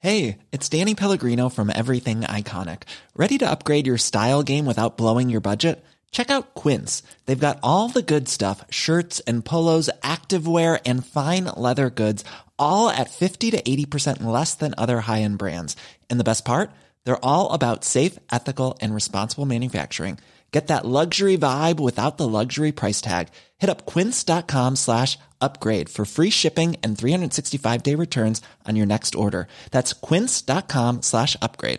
Hey, it's Danny Pellegrino from Everything Iconic. Ready to upgrade your style game without blowing your budget? Check out Quince. They've got all the good stuff, shirts and polos, activewear, and fine leather goods, all at 50 to 80% less than other high-end brands. And the best part? They're all about safe, ethical, and responsible manufacturing. Get that luxury vibe without the luxury price tag. Hit up quince.com/upgrade for free shipping and 365-day returns on your next order. That's quince.com/upgrade.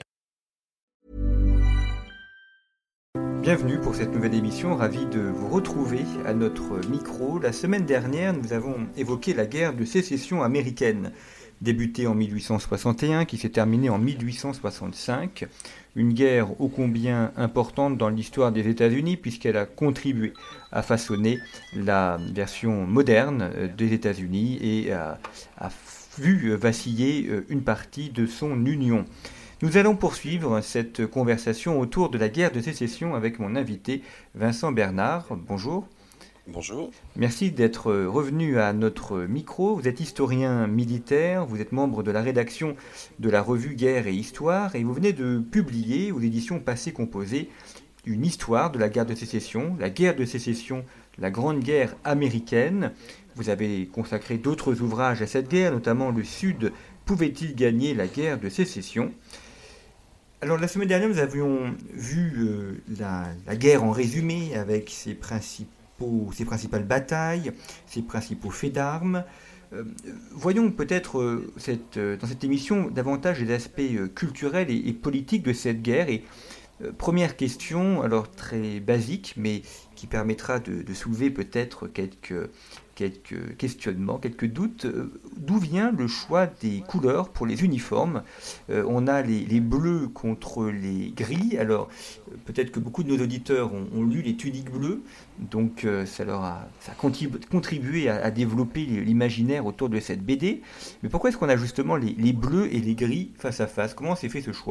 Bienvenue pour cette nouvelle émission, ravi de vous retrouver à notre micro. La semaine dernière, nous avons évoqué la guerre de sécession américaine, débutée en 1861, qui s'est terminée en 1865. Une guerre ô combien importante dans l'histoire des États-Unis, puisqu'elle a contribué à façonner la version moderne des États-Unis et a vu vaciller une partie de son union. Nous allons poursuivre cette conversation autour de la guerre de sécession avec mon invité Vincent Bernard. Bonjour. Bonjour. Merci d'être revenu à notre micro. Vous êtes historien militaire, vous êtes membre de la rédaction de la revue Guerre et Histoire et vous venez de publier aux éditions Passé Composé une histoire de la guerre de sécession, la guerre de sécession, la Grande Guerre américaine. Vous avez consacré d'autres ouvrages à cette guerre, notamment Le Sud pouvait-il gagner la guerre de sécession ? Alors la semaine dernière, nous avions vu la guerre en résumé avec ses principales batailles, ses principaux faits d'armes. Voyons peut-être dans cette émission davantage les aspects culturels et politiques de cette guerre. Et première question, alors très basique, mais qui permettra de soulever peut-être quelques questionnements, quelques doutes. D'où vient le choix des couleurs pour les uniformes ? On a les bleus contre les gris. Alors, peut-être que beaucoup de nos auditeurs ont lu les tuniques bleues, donc ça a contribué à développer l'imaginaire autour de cette BD. Mais pourquoi est-ce qu'on a justement les bleus et les gris face à face ? Comment s'est fait ce choix ?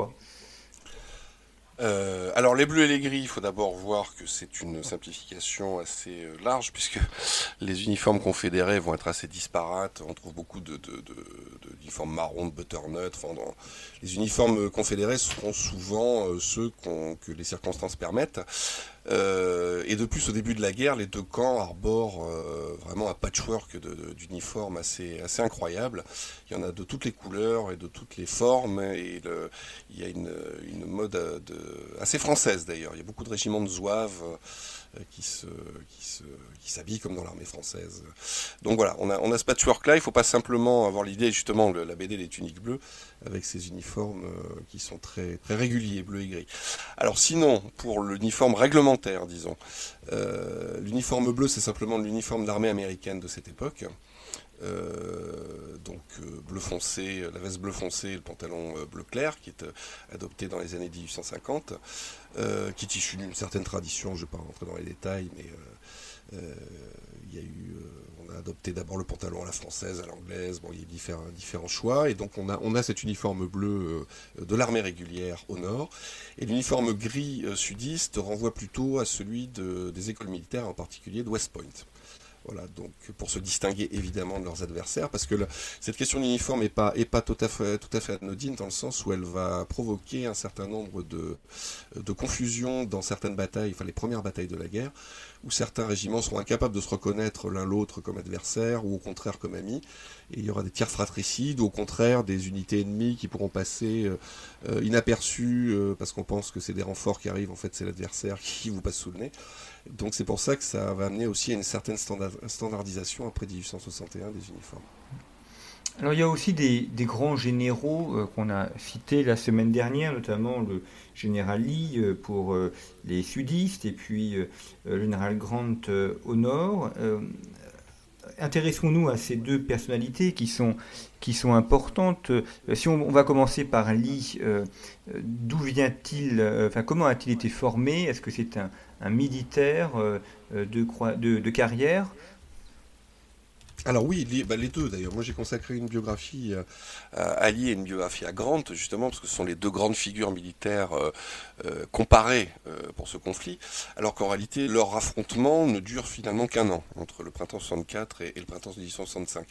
Alors les bleus et les gris, il faut d'abord voir que c'est une simplification assez large puisque les uniformes confédérés vont être assez disparates. On trouve beaucoup d'uniformes marrons, de butternut. Les uniformes confédérés seront souvent ceux que les circonstances permettent. Et de plus, au début de la guerre, les deux camps arborent vraiment un patchwork d'uniformes assez incroyable. Il y en a de toutes les couleurs et de toutes les formes, et il y a une mode assez française d'ailleurs. Il y a beaucoup de régiments de zouaves qui s'habillent comme dans l'armée française. Donc voilà, on a ce patchwork-là. Il ne faut pas simplement avoir l'idée, justement, la BD des tuniques bleues, avec ces uniformes qui sont très, très réguliers, bleu et gris. Alors sinon, pour l'uniforme réglementaire, disons, l'uniforme bleu, c'est simplement l'uniforme d'armée américaine de cette époque. Bleu foncé, la veste bleu foncé et le pantalon bleu clair, qui est adopté dans les années 1850, qui est issu d'une certaine tradition. Je ne vais pas rentrer dans les détails, mais on a adopté d'abord le pantalon à la française, à l'anglaise. Bon, il y a différents choix, et donc on a cet uniforme bleu de l'armée régulière au nord, et l'uniforme gris sudiste renvoie plutôt à celui des écoles militaires, en particulier de West Point. Voilà, donc pour se distinguer évidemment de leurs adversaires, parce que cette question d'uniforme est pas tout à fait anodine, dans le sens où elle va provoquer un certain nombre de confusions dans certaines batailles, enfin les premières batailles de la guerre, où certains régiments seront incapables de se reconnaître l'un l'autre comme adversaires ou au contraire comme amis, et il y aura des tirs fratricides, ou au contraire des unités ennemies qui pourront passer inaperçues parce qu'on pense que c'est des renforts qui arrivent, en fait c'est l'adversaire qui vous passe sous le nez. Donc c'est pour ça que ça va amener aussi à une certaine standardisation après 1861 des uniformes. Alors il y a aussi des grands généraux qu'on a cités la semaine dernière, notamment le général Lee pour les sudistes et puis le général Grant au nord. Intéressons-nous à ces deux personnalités qui sont importantes. Si on va commencer par Lee, d'où vient-il, comment a-t-il été formé ? Est-ce que c'est un militaire de carrière ? Alors oui, les deux d'ailleurs. Moi j'ai consacré une biographie à Lee et une biographie à Grant, justement, parce que ce sont les deux grandes figures militaires comparées pour ce conflit, alors qu'en réalité leur affrontement ne dure finalement qu'un an, entre le printemps 64 et le printemps 1865.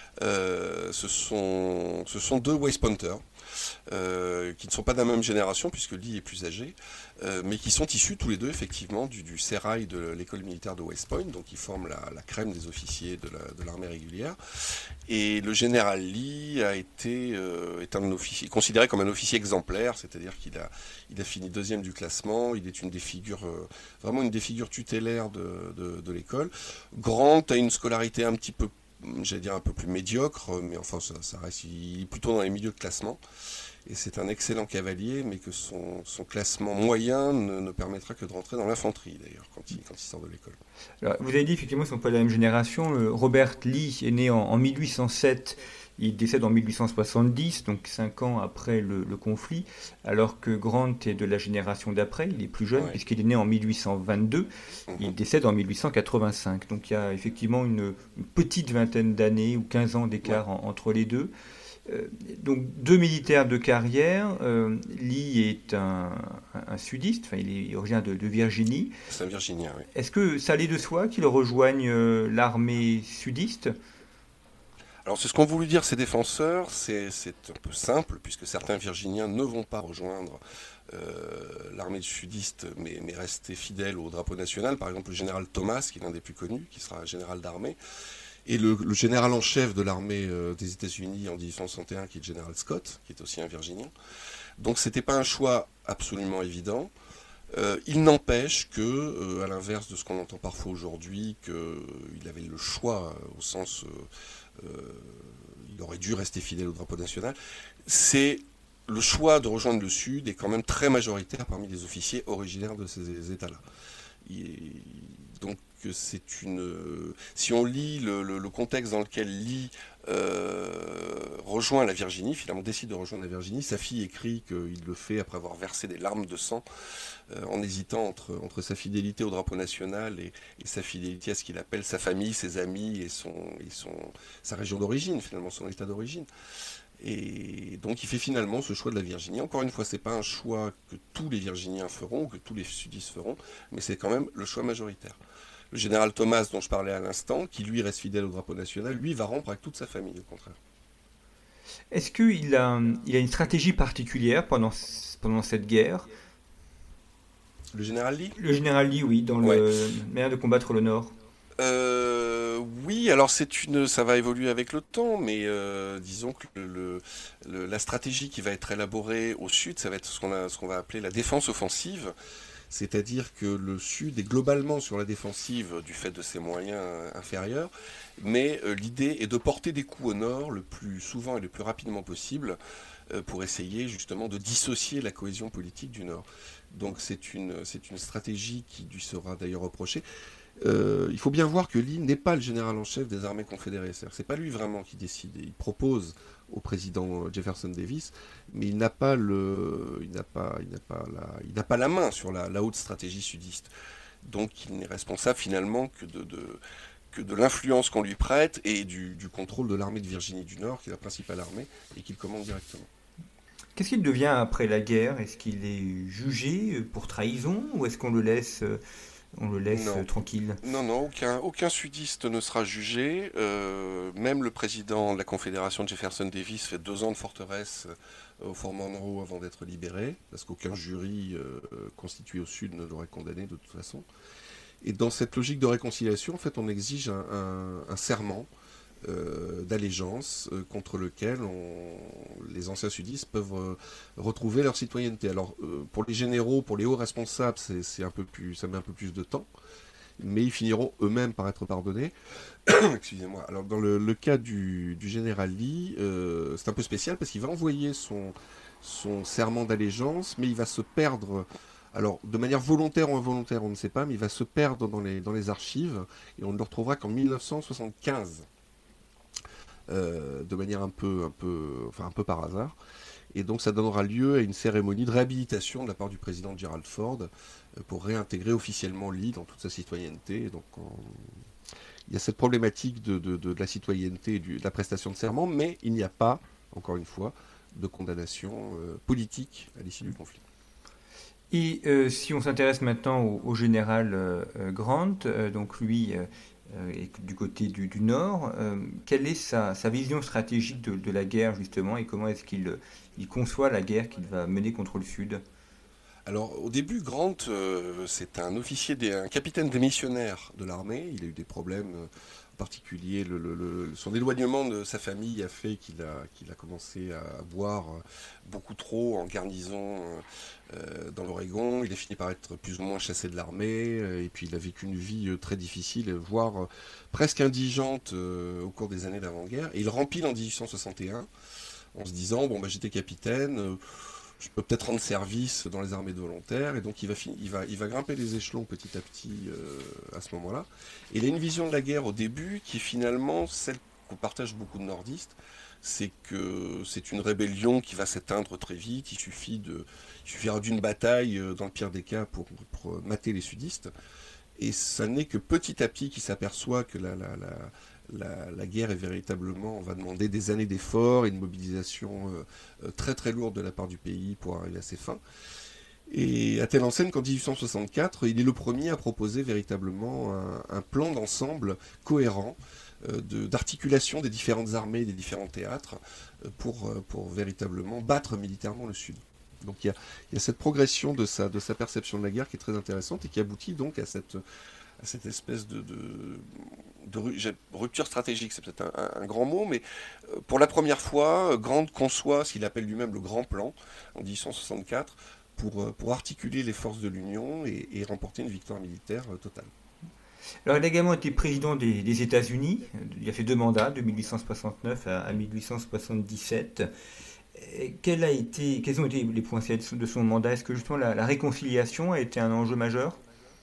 Ce sont deux West Pointers. Qui ne sont pas de la même génération puisque Lee est plus âgé, mais qui sont issus tous les deux effectivement du sérail de l'école militaire de West Point, donc ils forment la crème des officiers de l'armée régulière. Et le général Lee est un officier considéré comme un officier exemplaire, c'est-à-dire qu'il a fini deuxième du classement, il est vraiment une des figures tutélaires de l'école. Grant a une scolarité un petit peu, j'allais dire un peu plus médiocre, mais enfin ça reste, il est plutôt dans les milieux de classement. Et c'est un excellent cavalier, mais que son classement moyen ne permettra que de rentrer dans l'infanterie, d'ailleurs, quand il sort de l'école. Alors, vous avez dit effectivement qu'ils ne sont pas de la même génération. Robert Lee est né en 1807, il décède en 1870, donc 5 ans après le conflit, alors que Grant est de la génération d'après, il est plus jeune, Ouais. puisqu'il est né en 1822, il Mhm. décède en 1885. Donc il y a effectivement une petite vingtaine d'années ou 15 ans Ouais, d'écart entre les deux. Euh, donc deux militaires de carrière. Lee est un sudiste, enfin, il est originaire de Virginie. c'est un Virginien, oui. Est-ce que ça allait de soi qu'il rejoigne l'armée sudiste? Alors c'est ce qu'ont voulu dire ces défenseurs, c'est un peu simple, puisque certains Virginiens ne vont pas rejoindre l'armée sudiste, mais rester fidèles au drapeau national. Par exemple, le général Thomas, qui est l'un des plus connus, qui sera général d'armée, et le général en chef de l'armée des États-Unis en 1861, qui est le général Scott, qui est aussi un Virginien. Donc c'était pas un choix absolument évident. Il n'empêche que, à l'inverse de ce qu'on entend parfois aujourd'hui, qu'il avait le choix au sens, il aurait dû rester fidèle au drapeau national, c'est le choix de rejoindre le Sud est quand même très majoritaire parmi les officiers originaires de ces États-là. Il- donc si on lit le contexte dans lequel Lee rejoint la Virginie, finalement décide de rejoindre la Virginie, sa fille écrit qu'il le fait après avoir versé des larmes de sang en hésitant entre sa fidélité au drapeau national et sa fidélité à ce qu'il appelle sa famille, ses amis et sa région d'origine, finalement son état d'origine. Et donc il fait finalement ce choix de la Virginie. Encore une fois, c'est pas un choix que tous les Virginiens feront, que tous les sudistes feront, mais c'est quand même le choix majoritaire. Le général Thomas, dont je parlais à l'instant, qui lui reste fidèle au drapeau national, lui va rompre avec toute sa famille, au contraire. Est-ce qu'il a une stratégie particulière pendant cette guerre? Le général Lee. Le général Lee, oui, dans Ouais. le manière de combattre le Nord. Oui, alors ça va évoluer avec le temps, mais disons que la stratégie qui va être élaborée au sud, ça va être ce qu'on va appeler la défense offensive, c'est-à-dire que le sud est globalement sur la défensive du fait de ses moyens inférieurs, mais l'idée est de porter des coups au nord le plus souvent et le plus rapidement possible pour essayer justement de dissocier la cohésion politique du nord. Donc c'est une stratégie qui lui sera d'ailleurs reprochée. Il faut bien voir que Lee n'est pas le général en chef des armées confédérées. C'est-à-dire que c'est pas lui vraiment qui décide. Il propose au président Jefferson Davis, mais il n'a pas la main sur la haute stratégie sudiste. Donc il n'est responsable finalement que de l'influence qu'on lui prête et du contrôle de l'armée de Virginie du Nord, qui est la principale armée, et qu'il commande directement. Qu'est-ce qu'il devient après la guerre? Est-ce qu'il est jugé pour trahison ou est-ce qu'on le laisse Non, tranquille? non, non, aucun sudiste ne sera jugé. Même le président de la Confédération, Jefferson Davis, fait 2 ans de forteresse au Fort Monroe avant d'être libéré, parce qu'aucun jury constitué au Sud ne l'aurait condamné de toute façon. Et dans cette logique de réconciliation, en fait, on exige un serment d'allégeance contre lequel les anciens sudistes peuvent retrouver leur citoyenneté. Alors, pour les généraux, pour les hauts responsables, ça met un peu plus de temps, mais ils finiront eux-mêmes par être pardonnés. Excusez-moi. Alors, dans le cas du général Lee, c'est un peu spécial parce qu'il va envoyer son serment d'allégeance, mais il va se perdre. Alors, de manière volontaire ou involontaire, on ne sait pas, mais il va se perdre dans les archives et on ne le retrouvera qu'en 1975, de manière enfin un peu par hasard. Et donc, ça donnera lieu à une cérémonie de réhabilitation de la part du président Gerald Ford pour réintégrer officiellement Lee dans toute sa citoyenneté. Et donc, il y a cette problématique de la citoyenneté et de la prestation de serment, mais il n'y a pas, encore une fois, de condamnation politique à l'issue du conflit. Et si on s'intéresse maintenant au général Grant, donc lui et du côté du Nord. Quelle est sa vision stratégique de la guerre, justement, et comment est-ce qu'il conçoit la guerre qu'il va mener contre le Sud? Alors, au début, Grant, c'est un officier, un capitaine démissionnaire de l'armée. Il a eu des problèmes, en particulier son éloignement de sa famille a fait qu'il a commencé à boire beaucoup trop en garnison dans l'Oregon. Il a fini par être plus ou moins chassé de l'armée, et puis il a vécu une vie très difficile, voire presque indigente au cours des années d'avant-guerre. Et il rempile en 1861 en se disant, bon, bah, j'étais capitaine. Je peux peut-être rendre service dans les armées de volontaires, et donc il va grimper les échelons petit à petit à ce moment-là. Et il a une vision de la guerre au début qui est finalement celle qu'on partage beaucoup de nordistes, c'est que c'est une rébellion qui va s'éteindre très vite, il suffira d'une bataille dans le pire des cas pour mater les sudistes, et ça n'est que petit à petit qu'il s'aperçoit que la guerre est véritablement, va demander des années d'efforts et une mobilisation très très lourde de la part du pays pour arriver à ses fins. Et à telle enseigne qu'en 1864, il est le premier à proposer véritablement un plan d'ensemble cohérent d'articulation des différentes armées et des différents théâtres pour véritablement battre militairement le Sud. Donc il y a cette progression de sa perception de la guerre qui est très intéressante et qui aboutit donc à cette espèce de rupture stratégique, c'est peut-être un grand mot, mais pour la première fois, Grant conçoit ce qu'il appelle lui-même le grand plan en 1864 pour articuler les forces de l'Union et remporter une victoire militaire totale. Alors, il a également été président des États-Unis. Il a fait 2 mandats, de 1869 à 1877. Quels ont été les points faibles de son mandat? Est-ce que justement la réconciliation a été un enjeu majeur?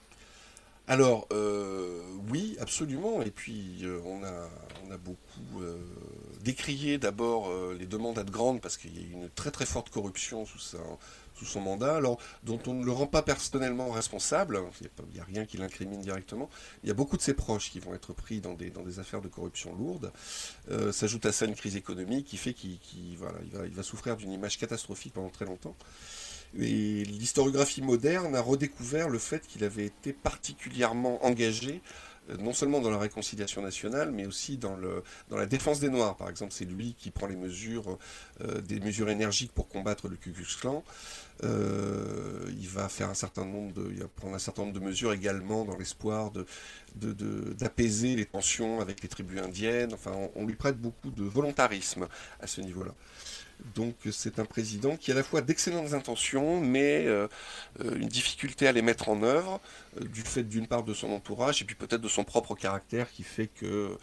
Alors, oui, absolument. Et puis, on a beaucoup décrié d'abord les deux mandats de Grant parce qu'il y a eu une très très forte corruption sous son mandat, alors dont on ne le rend pas personnellement responsable. Il n'y a rien qui l'incrimine directement. Il y a beaucoup de ses proches qui vont être pris dans des affaires de corruption lourdes. S'ajoute à ça une crise économique qui fait voilà, il va souffrir d'une image catastrophique pendant très longtemps. Et l'historiographie moderne a redécouvert le fait qu'il avait été particulièrement engagé, non seulement dans la réconciliation nationale, mais aussi dans la défense des Noirs. Par exemple, c'est lui qui prend des mesures énergiques pour combattre le Ku Klux Klan. Il va prendre un certain nombre de mesures également dans l'espoir d'apaiser les tensions avec les tribus indiennes. Enfin, on lui prête beaucoup de volontarisme à ce niveau-là. Donc c'est un président qui a à la fois d'excellentes intentions, mais une difficulté à les mettre en œuvre, du fait d'une part de son entourage, et puis peut-être de son propre caractère, qui fait que,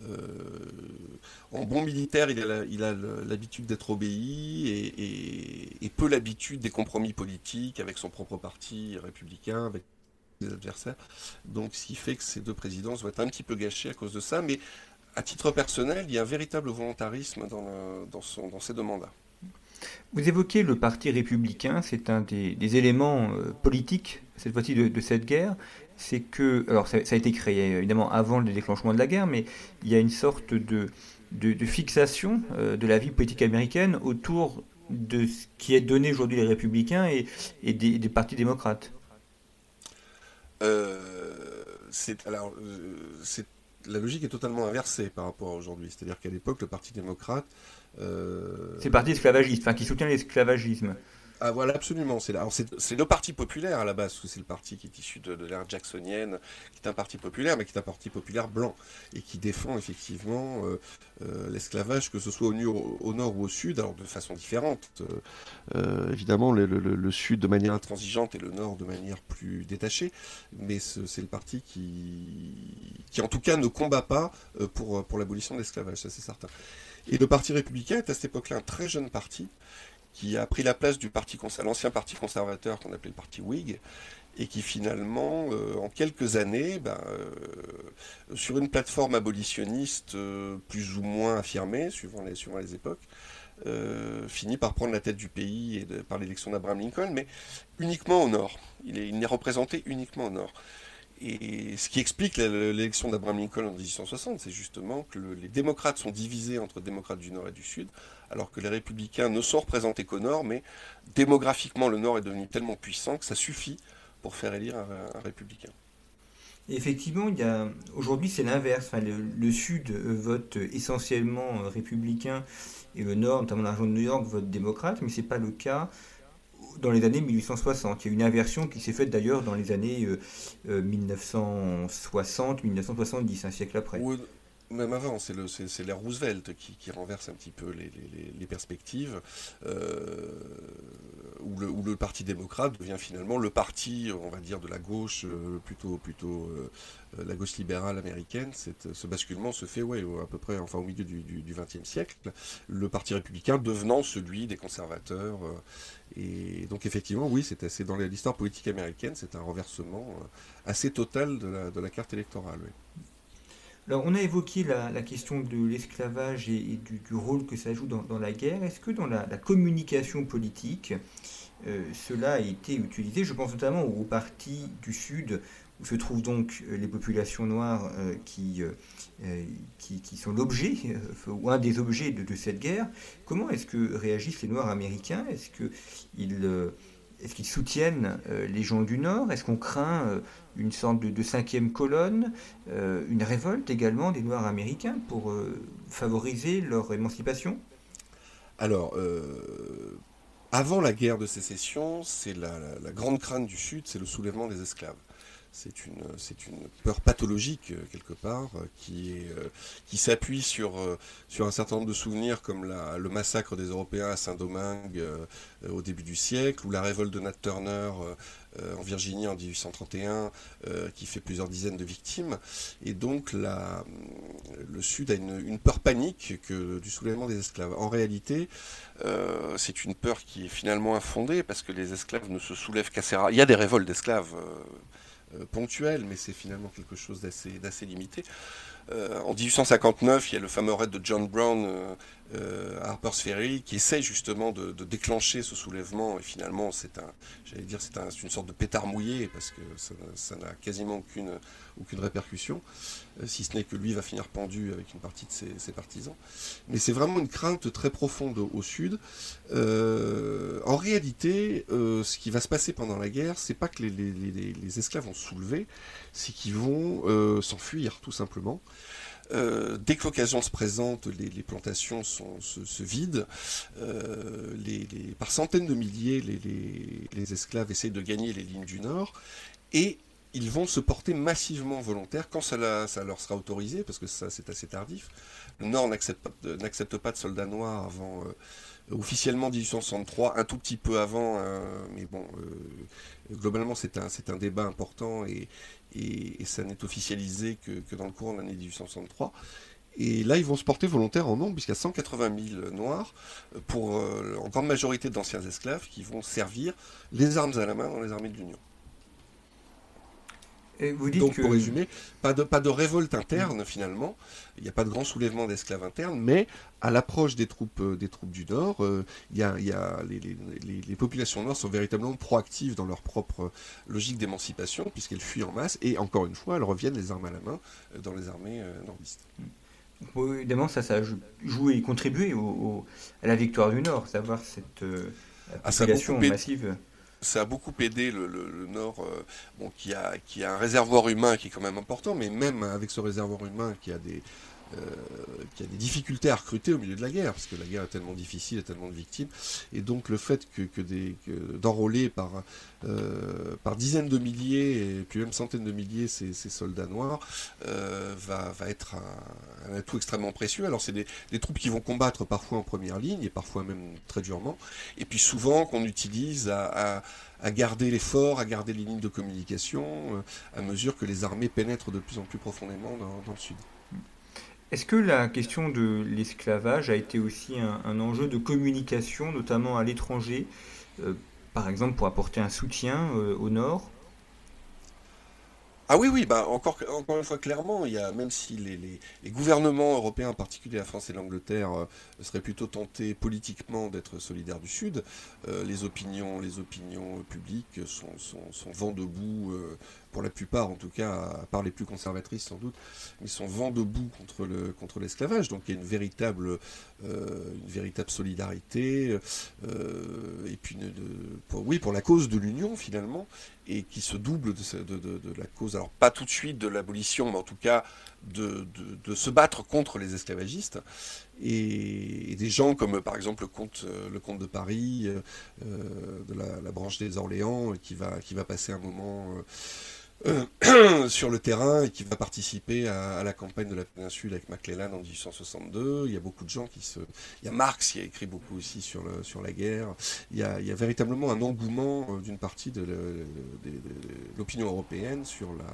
en bon militaire, il a l'habitude d'être obéi, et peu l'habitude des compromis politiques avec son propre parti républicain, avec ses adversaires. Donc ce qui fait que ces deux présidences vont être un petit peu gâchées à cause de ça, mais à titre personnel, il y a un véritable volontarisme dans ces deux mandats. Vous évoquez le Parti républicain, c'est un des éléments politiques, cette fois-ci, de cette guerre. C'est que, alors ça a été créé évidemment avant le déclenchement de la guerre, mais il y a une sorte de fixation de la vie politique américaine autour de ce qui est donné aujourd'hui les républicains et des partis démocrates. Alors, la logique est totalement inversée par rapport à aujourd'hui. C'est-à-dire qu'à l'époque, le Parti démocrate... C'est le parti esclavagiste, enfin qui soutient l'esclavagisme. Ah voilà, absolument. C'est le Parti populaire à la base, parce que c'est le parti qui est issu de l'ère jacksonienne, qui est un parti populaire, mais qui est un parti populaire blanc, et qui défend effectivement l'esclavage, que ce soit au nord ou au sud, alors de façon différente. Évidemment, le sud de manière intransigeante et le nord de manière plus détachée, mais c'est le parti qui en tout cas ne combat pas pour l'abolition de l'esclavage, ça c'est certain. Et le Parti républicain est à cette époque-là un très jeune parti, qui a pris la place du l'ancien parti conservateur qu'on appelait le parti Whig, et qui finalement, en quelques années, sur une plateforme abolitionniste plus ou moins affirmée, suivant les époques, finit par prendre la tête du pays par l'élection d'Abraham Lincoln, mais uniquement au nord. Il n'est représenté uniquement au nord. Et ce qui explique l'élection d'Abraham Lincoln en 1860, c'est justement que les démocrates sont divisés entre démocrates du Nord et du Sud, alors que les républicains ne sont représentés qu'au Nord, mais démographiquement, le Nord est devenu tellement puissant que ça suffit pour faire élire un républicain. Et effectivement, aujourd'hui c'est l'inverse. Enfin, le Sud vote essentiellement républicain et le Nord, notamment la région de New York, vote démocrate, mais c'est pas le cas dans les années 1860. Il y a une inversion qui s'est faite d'ailleurs dans les années 1960-1970, un siècle après. Ou même avant, c'est l'ère Roosevelt qui renverse un petit peu les perspectives, euh, où le Parti démocrate devient finalement le parti, on va dire, de la gauche, la gauche libérale américaine. Ce basculement se fait ouais, à peu près enfin, au milieu du XXe siècle, le Parti républicain devenant celui des conservateurs. Et donc effectivement, oui, c'est dans l'histoire politique américaine, c'est un renversement assez total de la carte électorale. Oui. Alors, on a évoqué la question de l'esclavage et du rôle que ça joue dans la guerre. Est-ce que dans la communication politique, cela a été utilisé? Je pense notamment aux partis du Sud, où se trouvent donc les populations noires qui sont l'objet, ou un des objets de cette guerre. Comment est-ce que réagissent les Noirs américains? Est-ce qu'ils soutiennent les gens du Nord? Est-ce qu'on craint une sorte de cinquième colonne, une révolte également des Noirs américains pour favoriser leur émancipation? Alors, avant la guerre de sécession, c'est la grande crainte du Sud, c'est le soulèvement des esclaves. C'est une peur pathologique, quelque part, qui s'appuie sur un certain nombre de souvenirs comme le massacre des Européens à Saint-Domingue au début du siècle, ou la révolte de Nat Turner en Virginie en 1831, qui fait plusieurs dizaines de victimes. Et donc le Sud a une peur panique du soulèvement des esclaves. En réalité, c'est une peur qui est finalement infondée, parce que les esclaves ne se soulèvent qu'assez rarement. Il y a des révoltes d'esclaves ponctuelles, mais c'est finalement quelque chose d'assez limité. En 1859, il y a le fameux raid de John Brown à Harper's Ferry qui essaye justement de déclencher ce soulèvement, et finalement c'est une sorte de pétard mouillé, parce que ça n'a quasiment aucune répercussion, si ce n'est que lui va finir pendu avec une partie de ses partisans. Mais c'est vraiment une crainte très profonde au Sud. En réalité, ce qui va se passer pendant la guerre, c'est pas que les esclaves vont se soulever, c'est qu'ils vont s'enfuir tout simplement. Dès que l'occasion se présente, les plantations se vident. Par centaines de milliers, les esclaves essayent de gagner les lignes du Nord, et ils vont se porter massivement volontaires quand ça leur sera autorisé, parce que ça c'est assez tardif. Le Nord n'accepte pas de soldats noirs avant officiellement 1863, un tout petit peu avant, mais bon, globalement c'est un débat important, et ça n'est officialisé que dans le courant de l'année 1863. Et là, ils vont se porter volontaires en nombre, puisqu'il y a 180 000 Noirs, en grande majorité d'anciens esclaves, qui vont servir les armes à la main dans les armées de l'Union. Et vous dites Donc, que... pour résumer, pas de révolte interne, finalement. Il n'y a pas de grand soulèvement d'esclaves internes, mais à l'approche des troupes du Nord, les populations noires sont véritablement proactives dans leur propre logique d'émancipation, puisqu'elles fuient en masse, et encore une fois, elles reviennent les armes à la main dans les armées nordistes. Bon, évidemment, ça a joué et contribué à la victoire du Nord, savoir cette Ça a beaucoup population aidé, massive. ça a beaucoup aidé le Nord, bon, qui a un réservoir humain qui est quand même important, mais même avec ce réservoir humain euh, qui a des difficultés à recruter au milieu de la guerre, parce que la guerre est tellement difficile, il y a tellement de victimes, et donc le fait d'enrôler par dizaines de milliers, et puis même centaines de milliers, ces soldats noirs, va être un atout extrêmement précieux. Alors c'est des troupes qui vont combattre parfois en première ligne, et parfois même très durement, et puis souvent qu'on utilise à garder les forts, à garder les lignes de communication, à mesure que les armées pénètrent de plus en plus profondément dans le sud. Est-ce que la question de l'esclavage a été aussi un enjeu de communication, notamment à l'étranger, euh, par exemple pour apporter un soutien au Nord? Ah oui, oui, bah encore une fois, clairement, même si les gouvernements européens, en particulier la France et l'Angleterre, seraient plutôt tentés politiquement d'être solidaires du Sud, les opinions publiques sont vent debout, pour la plupart en tout cas, à part les plus conservatrices sans doute, mais sont vent debout contre l'esclavage. Donc il y a une véritable solidarité, et puis oui, pour la cause de l'union finalement, et qui se double de la cause, alors pas tout de suite de l'abolition, mais en tout cas de se battre contre les esclavagistes, et des gens comme par exemple le comte de Paris, de la branche des Orléans, qui va passer un moment sur le terrain et qui va participer à la campagne de la péninsule avec McClellan en 1862. Il y a beaucoup de gens Il y a Marx qui a écrit beaucoup aussi sur la guerre. Il y a véritablement un engouement d'une partie de l'opinion européenne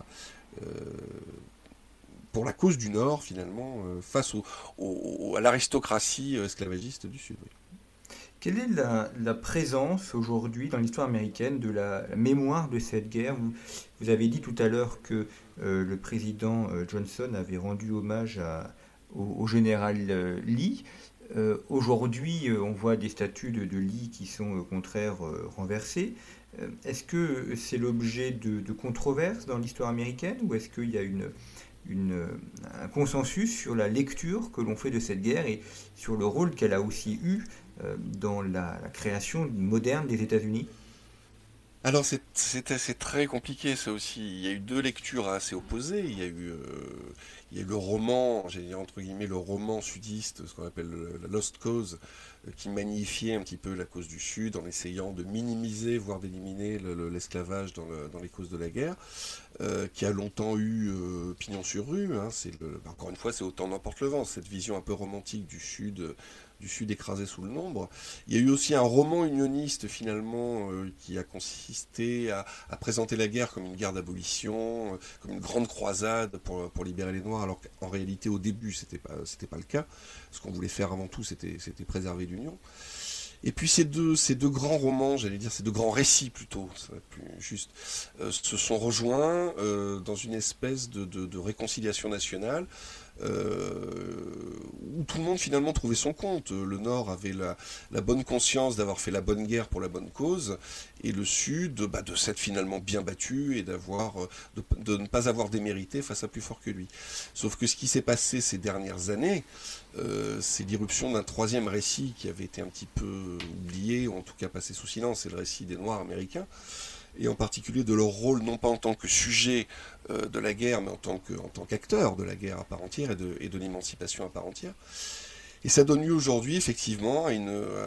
pour la cause du Nord, finalement, face à l'aristocratie esclavagiste du Sud. Oui. Quelle est la présence aujourd'hui dans l'histoire américaine de la mémoire de cette guerre? Vous avez dit tout à l'heure que le président Johnson avait rendu hommage au général Lee. Aujourd'hui, on voit des statues de Lee qui sont au contraire renversées. Est-ce que c'est l'objet de controverses dans l'histoire américaine, ou est-ce qu'il y a un consensus sur la lecture que l'on fait de cette guerre et sur le rôle qu'elle a aussi eu dans la création moderne des États-Unis? Alors c'est très compliqué ça aussi. Il y a eu deux lectures assez opposées. Il y a eu le roman, j'ai dit entre guillemets le roman sudiste, ce qu'on appelle la Lost Cause, qui magnifiait un petit peu la cause du Sud en essayant de minimiser, voire d'éliminer l'esclavage dans les causes de la guerre, qui a longtemps eu pignon sur rue. Hein. Encore une fois, c'est autant n'emporte le vent, cette vision un peu romantique du Sud écrasé sous le nombre. Il y a eu aussi un roman unioniste finalement qui a consisté à présenter la guerre comme une guerre d'abolition, comme une grande croisade pour libérer les Noirs, alors qu'en réalité au début c'était pas le cas. Ce qu'on voulait faire avant tout c'était préserver l'Union. Et puis ces deux grands romans, j'allais dire ces deux grands récits plutôt, ça va être plus juste, se sont rejoints dans une espèce de réconciliation nationale où tout le monde finalement trouvait son compte. Le Nord avait la bonne conscience d'avoir fait la bonne guerre pour la bonne cause, et le Sud de s'être finalement bien battu et de ne pas avoir démérité face à plus fort que lui. Sauf que ce qui s'est passé ces dernières années, c'est l'irruption d'un troisième récit qui avait été un petit peu oublié, ou en tout cas passé sous silence, c'est le récit des Noirs américains, et en particulier de leur rôle non pas en tant que sujet de la guerre, mais en tant qu'acteur de la guerre à part entière et de l'émancipation à part entière. Et ça donne lieu aujourd'hui effectivement à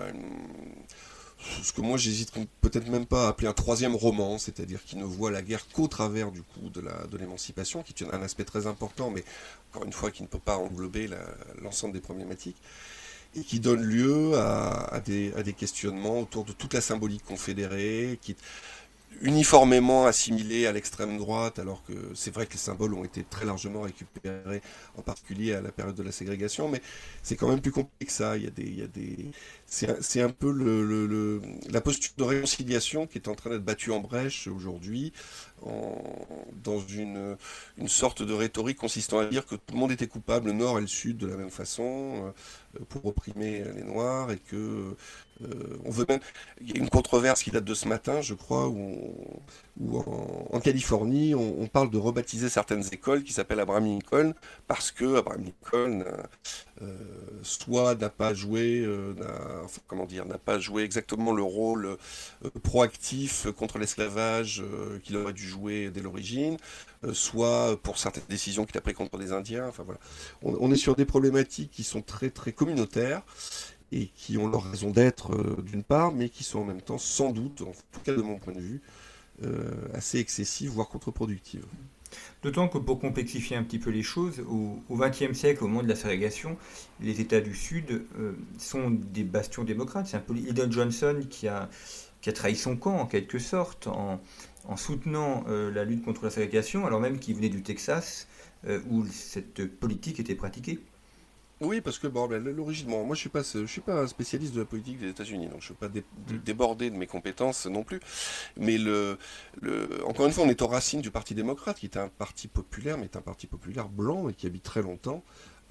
ce que moi j'hésite peut-être même pas à appeler un troisième roman, c'est-à-dire qui ne voit la guerre qu'au travers du coup de l'émancipation, qui est un aspect très important, mais encore une fois qui ne peut pas englober l'ensemble des problématiques, et qui donne lieu à des questionnements autour de toute la symbolique confédérée, qui uniformément assimilés à l'extrême droite, alors que c'est vrai que les symboles ont été très largement récupérés, en particulier à la période de la ségrégation, mais c'est quand même plus compliqué que ça. C'est un peu la posture de réconciliation qui est en train d'être battue en brèche aujourd'hui, dans une sorte de rhétorique consistant à dire que tout le monde était coupable, le Nord et le Sud, de la même façon, pour opprimer les Noirs, et que on veut même. Il y a une controverse qui date de ce matin, je crois, où en Californie, on parle de rebaptiser certaines écoles qui s'appellent Abraham Lincoln, parce que Abraham Lincoln soit n'a pas joué, n'a pas joué exactement le rôle proactif contre l'esclavage qu'il aurait dû jouer dès l'origine, soit pour certaines décisions qu'il a prises contre les Indiens. Enfin voilà, on est sur des problématiques qui sont très très communautaires, et qui ont leur raison d'être d'une part, mais qui sont en même temps, sans doute, en tout cas de mon point de vue, assez excessives, voire contre-productives. D'autant que pour complexifier un petit peu les choses, au XXe siècle, au moment de la ségrégation, les États du Sud sont des bastions démocrates. C'est un peu Lyndon Johnson qui a trahi son camp en quelque sorte en soutenant la lutte contre la ségrégation, alors même qu'il venait du Texas où cette politique était pratiquée. Oui, parce que l'origine, moi je suis pas un spécialiste de la politique des États-Unis, donc je ne veux pas déborder de mes compétences non plus. Mais encore une fois, on est aux racines du Parti démocrate, qui est un parti populaire, mais est un parti populaire blanc et qui habite très longtemps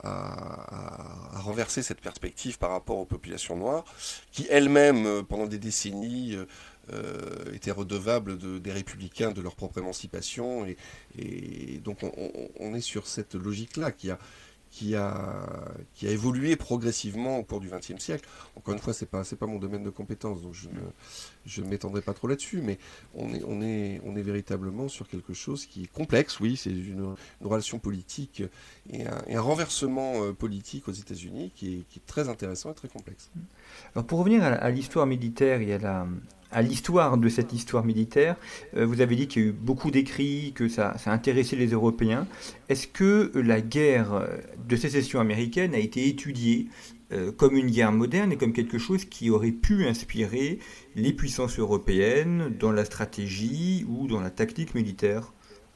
à renverser cette perspective par rapport aux populations noires, qui elles-mêmes, pendant des décennies, étaient redevables des républicains de leur propre émancipation. Et donc on est sur cette logique-là qui a évolué progressivement au cours du XXe siècle. Encore une fois, c'est pas mon domaine de compétence, donc je ne m'étendrai pas trop là-dessus, mais on est véritablement sur quelque chose qui est complexe, oui, c'est une relation politique et un renversement politique aux États-Unis qui est très intéressant et très complexe. Alors pour revenir à l'histoire militaire et à l'histoire de cette histoire militaire, vous avez dit qu'il y a eu beaucoup d'écrits, que ça a intéressé les Européens. Est-ce que la guerre de sécession américaine a été étudiée comme une guerre moderne et comme quelque chose qui aurait pu inspirer les puissances européennes dans la stratégie ou dans la tactique militaire ?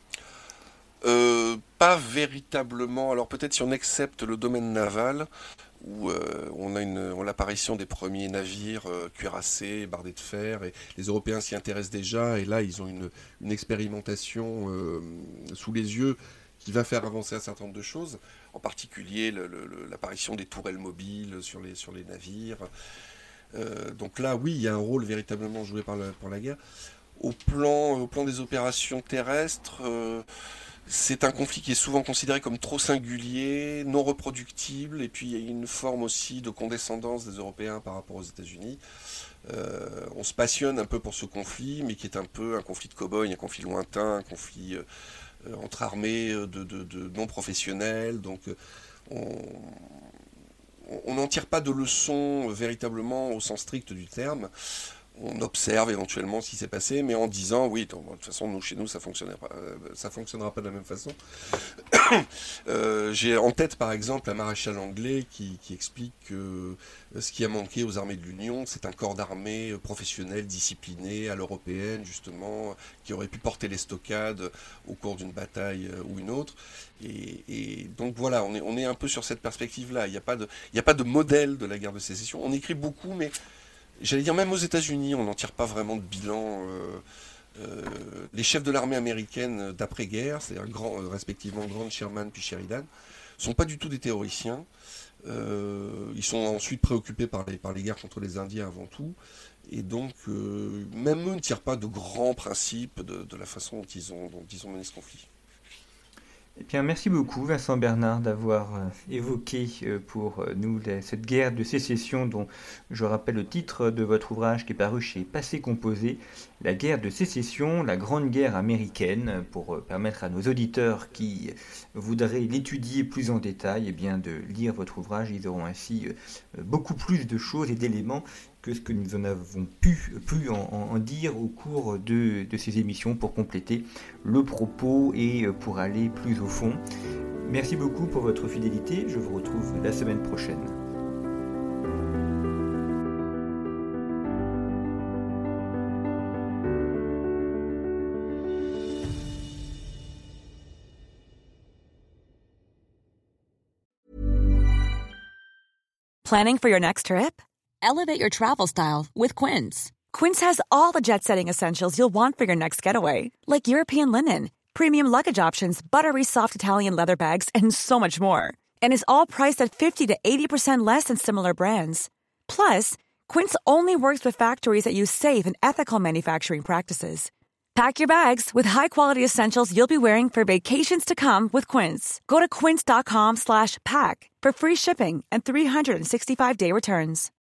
Pas véritablement. Alors peut-être si on accepte le domaine naval, où on a l'apparition des premiers navires cuirassés, bardés de fer, et les Européens s'y intéressent déjà, et là ils ont une expérimentation sous les yeux qui va faire avancer un certain nombre de choses, en particulier l'apparition des tourelles mobiles sur les navires. Donc là, oui, il y a un rôle véritablement joué par la guerre. Au plan des opérations terrestres, c'est un conflit qui est souvent considéré comme trop singulier, non reproductible, et puis il y a une forme aussi de condescendance des Européens par rapport aux États-Unis. On se passionne un peu pour ce conflit, mais qui est un peu un conflit de cow-boys, un conflit lointain, un conflit entre armées de non professionnels, donc on n'en tire pas de leçons véritablement au sens strict du terme. On observe éventuellement ce qui s'est passé, mais en disant oui, de toute façon, chez nous, ça fonctionnera pas de la même façon. J'ai en tête, par exemple, un maréchal anglais qui explique que ce qui a manqué aux armées de l'Union, c'est un corps d'armée professionnel, discipliné, à l'européenne, justement, qui aurait pu porter les stockades au cours d'une bataille ou une autre. Et donc voilà, on est un peu sur cette perspective-là. Il n'y a pas de modèle de la guerre de sécession. On écrit beaucoup, mais j'allais dire, même aux États-Unis, on n'en tire pas vraiment de bilan. Les chefs de l'armée américaine d'après-guerre, c'est-à-dire respectivement Grant, Sherman puis Sheridan, sont pas du tout des théoriciens. Ils sont ensuite préoccupés par les guerres contre les Indiens avant tout. Et donc, même eux ne tirent pas de grands principes de la façon dont ils ont mené ce conflit. Eh bien, merci beaucoup Vincent Bernard d'avoir évoqué pour nous cette guerre de sécession dont je rappelle le titre de votre ouvrage qui est paru chez Passé Composé, La guerre de sécession, la grande guerre américaine, pour permettre à nos auditeurs qui voudraient l'étudier plus en détail, eh bien, de lire votre ouvrage. Ils auront ainsi beaucoup plus de choses et d'éléments que ce que nous en avons pu en dire au cours de ces émissions pour compléter le propos et pour aller plus au fond. Merci beaucoup pour votre fidélité. Je vous retrouve la semaine prochaine. Planning for your next trip? Elevate your travel style with Quince. Quince has all the jet-setting essentials you'll want for your next getaway, like European linen, premium luggage options, buttery soft Italian leather bags, and so much more. And is all priced at 50 to 80% less than similar brands. Plus, Quince only works with factories that use safe and ethical manufacturing practices. Pack your bags with high-quality essentials you'll be wearing for vacations to come with Quince. Go to quince.com/pack for free shipping and 365-day returns.